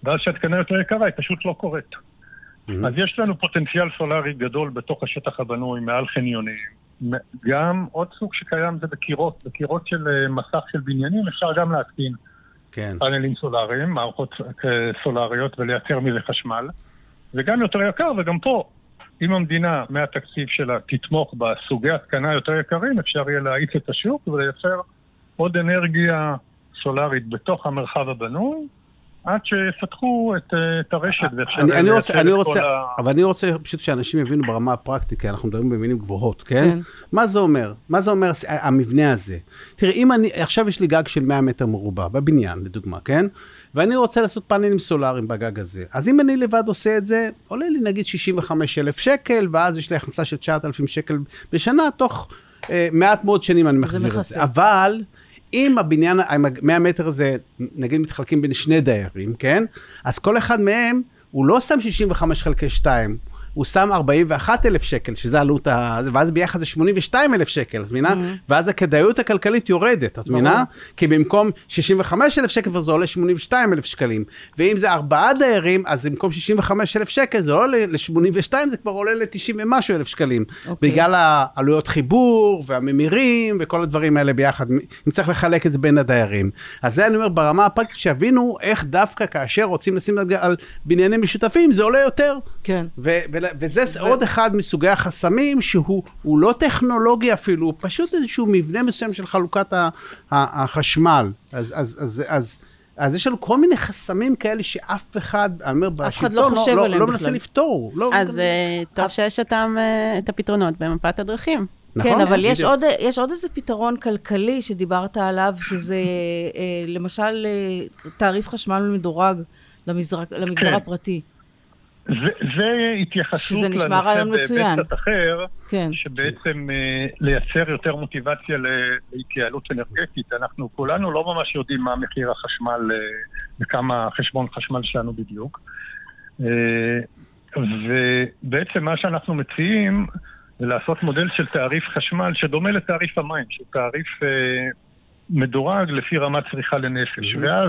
ואז שהתקנה יותר יקרה, היא פשוט לא קורית. אז יש לנו פוטנציאל סולרי גדול בתוך השטח הבנוי, מעל חניונים. גם עוד סוג שקיים זה בקירות של מסך של בניינים, אפשר גם להתקין פאנלים סולריים, מערכות סולריות ולייצר מזה חשמל. וגם יותר יקר, וגם פה, אם המדינה מהתקציב שלה תתמוך בסוגי התקנה יותר יקרים, אפשר יהיה להאיץ את השוק ולייצר עוד אנרגיה סולרית בתוך המרחב הבנוי, עד שיפתחו את הרשת ואפשר אבל אני רוצה פשוט שאנשים יבינו ברמה הפרקטית, כי אנחנו מדברים במילים גבוהות, כן? מה זה אומר? מה זה אומר המבנה הזה? תראה, אם עכשיו יש לי גג של 100 מטר מרובע, בבניין, לדוגמה, כן? ואני רוצה לעשות פאנלים סולאריים בגג הזה. אז אם אני לבד עושה את זה, עולה לי נגיד 65,000 שקל, ואז יש לי הכנסה של 9,000 שקל בשנה, תוך מעט מאוד שנים אני מחזיר את זה. אבל אם הבניין, 100 מטר הזה, נגיד מתחלקים בין שני דיירים, כן? אז כל אחד מהם, הוא לא שם 65 חלקי 2, הוא שם 41,000 שקל, שזה עלות, ואז ביחד זה 82,000 שקל, את מבינה? ואז הכדאיות הכלכלית יורדת, את מבינה? כי במקום 65,000 שקל, זה עולה 82,000 שקלים. ואם זה 4 דיירים, אז במקום 65,000 שקל, זה עולה ל-82, זה כבר עולה ל-90 ומשהו אלף שקלים. בגלל העלויות חיבור, והממירים, וכל הדברים האלה ביחד, אם צריך לחלק את זה בין הדיירים. אז זה אני אומר, ברמה הפרקטית, שהבינו איך דווקא כאשר רוצים לשים על בניינים משותפים, זה עולה יותר. כן. וזה עוד אחד מסוגי החסמים, שהוא לא טכנולוגי אפילו, הוא פשוט איזשהו מבנה מסוים של חלוקת החשמל. אז יש לנו כל מיני חסמים כאלה שאף אחד, אני אומר, בשלטון לא מנסה לפתור. אז טוב שיש אותם את הפתרונות במפת הדרכים. כן, אבל יש עוד איזה פתרון כלכלי שדיברת עליו, שזה למשל תעריף חשמל מדורג למגזר הפרטי. זה התייחסות לנושא בהיבט אחר, שבעצם לייצר יותר מוטיבציה להתייעלות אנרגטית. אנחנו כולנו לא ממש יודעים מה מחיר החשמל וכמה חשבון חשמל שלנו בדיוק. ובעצם מה שאנחנו מציעים זה לעשות מודל של תעריף חשמל שדומה לתעריף המים, שהוא תעריף מדורג לפי רמת צריכה לנפש. ואז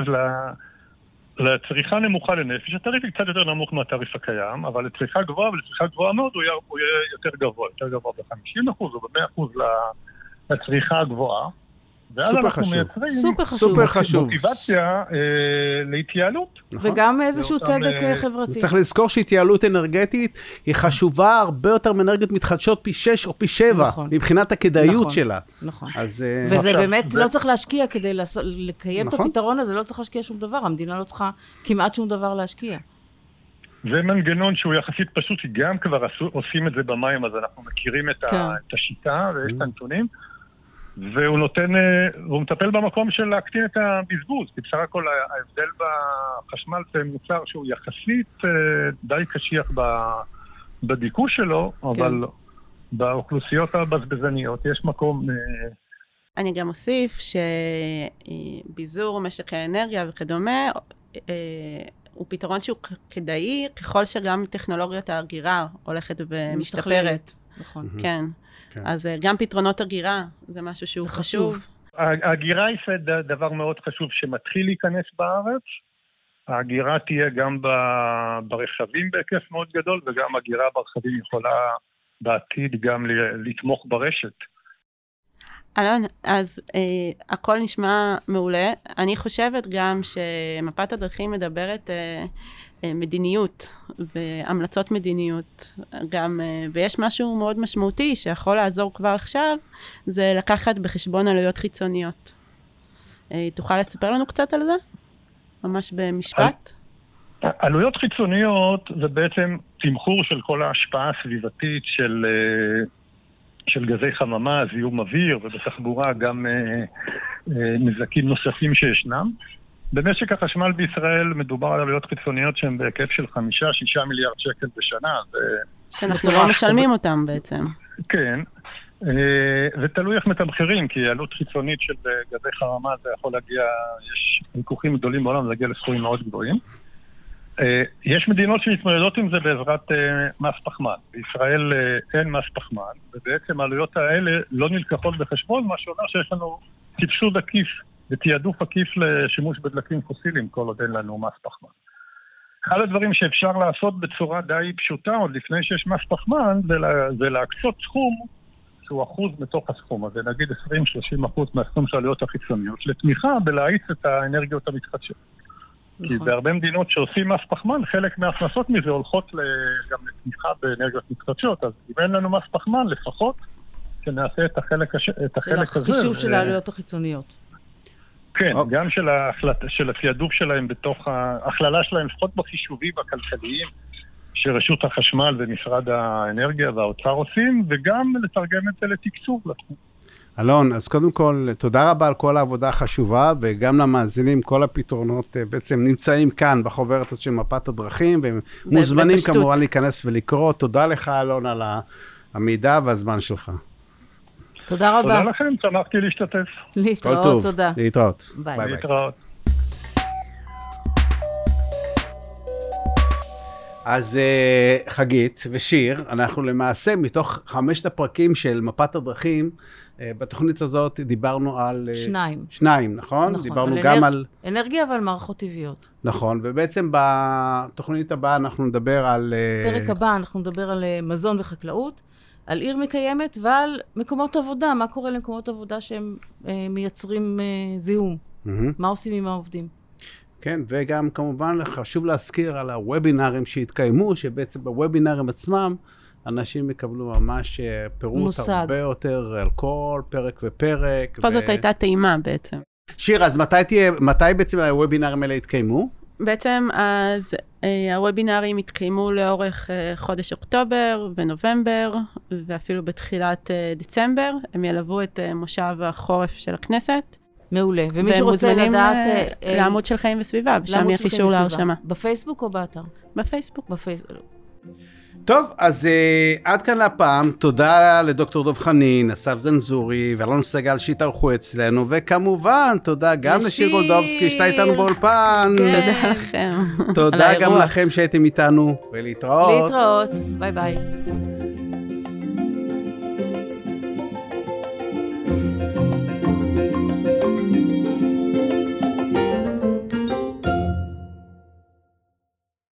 לצריחה נמוכה לנפש, התעריף היא קצת יותר נמוך מהתעריף הקיים, אבל לצריכה גבוהה ולצריכה גבוהה מאוד הוא יהיה יותר גבוה ב-50% או ב-100% לצריכה הגבוהה. ואז אנחנו מייצרים סופר חשוב. מוטיבציה להתייעלות. וגם איזשהו צדק חברתי. צריך לזכור שהתייעלות אנרגטית היא חשובה הרבה יותר מאנרגיות מתחדשות פי 6 או פי 7, מבחינת הכדאיות שלה. נכון. וזה באמת לא צריך להשקיע כדי לקיים את הפתרון הזה, לא צריך להשקיע שום דבר, המדינה לא צריכה כמעט שום דבר להשקיע. זה מנגנון שהוא יחסית פשוט, גם כבר עושים את זה במים, אז אנחנו מכירים את השיטה ויש את הנתונים. והוא מטפל במקום של להקטין את הבזבוז, כי בסך הכל ההבדל בחשמל זה מוצר שהוא יחסית די קשיח בביקוש שלו, אבל באוכלוסיות הבזבזניות יש מקום. אני גם אוסיף שביזור משק האנרגיה וכדומה, הוא פתרון שהוא כדאי, ככל שגם טכנולוגיית ההגירה הולכת ומשתפרת. נכון. כן. אז גם פתרונות הגירה, זה משהו שהוא חשוב. ההגירה היא דבר מאוד חשוב שמתחיל להיכנס בארץ. ההגירה תהיה גם ברכבים בהיקף מאוד גדול, וגם הגירה ברכבים יכולה בעתיד גם לתמוך ברשת. אלון, אז הכל נשמע מעולה. אני חושבת גם שמפת הדרכים מדברת מדיניות והמלצות מדיניות גם, ויש משהו מאוד משמעותי שיכול לעזור כבר עכשיו, זה לקחת בחשבון עלויות חיצוניות. תוכל לספר לנו קצת על זה? ממש במשפט? עלויות חיצוניות זה בעצם תמחור של כל ההשפעה הסביבתית של גזי חממה, זיהום אוויר, ובתחבורה גם נזקים נוספים שישנם. במשק החשמל בישראל מדובר על עלויות חיצוניות שהן בהיקף של 5-6 מיליארד שקל בשנה. שאנחנו לא משלמים אותם בעצם. כן, ותלוי איך מתמחרים, כי עלות חיצונית של גזי חממה זה יכול להגיע, יש ויכוחים גדולים בעולם, זה להגיע לסכומים מאוד גבוהים. יש מדינות שמתמודדות עם זה בעזרת מס פחמן. בישראל אין מס פחמן, ובעצם העלויות האלה לא נלקחות בחשבון, מה שאומר שיש לנו סבסוד עקיף ותיעדוף עקיף לשימוש בדלקים פוסיליים, כל עוד אין לנו מס פחמן. אחד הדברים שאפשר לעשות בצורה די פשוטה, עוד לפני שיש מס פחמן, זה להקצות סכום שהוא אחוז מתוך הסכום הזה, נגיד 20-30% מהסכום של העלויות החיצוניות, לתמיכה בלהאיץ את האנרגיות המתחדשות. כי בהרבה מדינות שעושים מס פחמן, חלק מההכנסות מזה הולכות גם לתמיכה באנרגיות מתחדשות, אז אם אין לנו מס פחמן, לפחות שנעשה את החלק הזה. של החישוב של העלויות החיצוניות. כן, גם של התיעדוף שלהם בתוך ההכללה שלהם, לפחות בחישובים הכלכליים שרשות החשמל ומשרד האנרגיה והאוצר עושים, וגם לתרגם את זה לתקצוב לתחום. אלון, אז קודם כל, תודה רבה על כל העבודה החשובה, וגם למאזינים, כל הפתרונות בעצם נמצאים כאן בחוברת של מפת הדרכים, והם מוזמנים כמובן להיכנס ולקרוא. תודה לך, אלון, על המידע והזמן שלך. תודה רבה. תודה לכם, שמחתי להשתתף. להתראות, תודה. להתראות. ביי. להתראות. אז חגית ושיר, אנחנו למעשה מתוך 5 הפרקים של מפת הדרכים, בתוכנית הזאת דיברנו על... שניים, נכון? דיברנו גם על... אנרגיה ועל מערכות טבעיות. נכון, ובעצם בתוכנית הבאה אנחנו נדבר על... בפרק הבא אנחנו נדבר על מזון וחקלאות, על עיר מקיימת ועל מקומות עבודה, מה קורה למקומות עבודה שהם מייצרים זיהום, מה עושים עם העובדים. כן, וגם כמובן חשוב להזכיר על הוובינרים שהתקיימו, שבעצם בוובינרים עצמם, אנשים יקבלו ממש פירוט הרבה יותר על כל פרק ופרק. פה זאת הייתה טעימה בעצם. שיר, אז מתי בעצם הוובינרים האלה התקיימו? בעצם אז הוובינרים התקיימו לאורך חודש אוקטובר ונובמבר, ואפילו בתחילת דצמבר. הם ילוו את מושב החורף של הכנסת. מעולה. ומי שרוצה לדעת... לעמוד של חיים וסביבה, ושם יהיה חישור להרשמה. בפייסבוק או באתר? בפייסבוק. טוב, אז עד כאן לפעם. תודה לדוקטור דב חנין, אסף זנזורי ואלון סגל שהתארחו אצלנו, וכמובן תודה גם לשיר גולדובסקי שהייתה איתנו באולפן. תודה לכם. תודה גם לכם שהייתם איתנו, ולהתראות. להתראות. ביי ביי.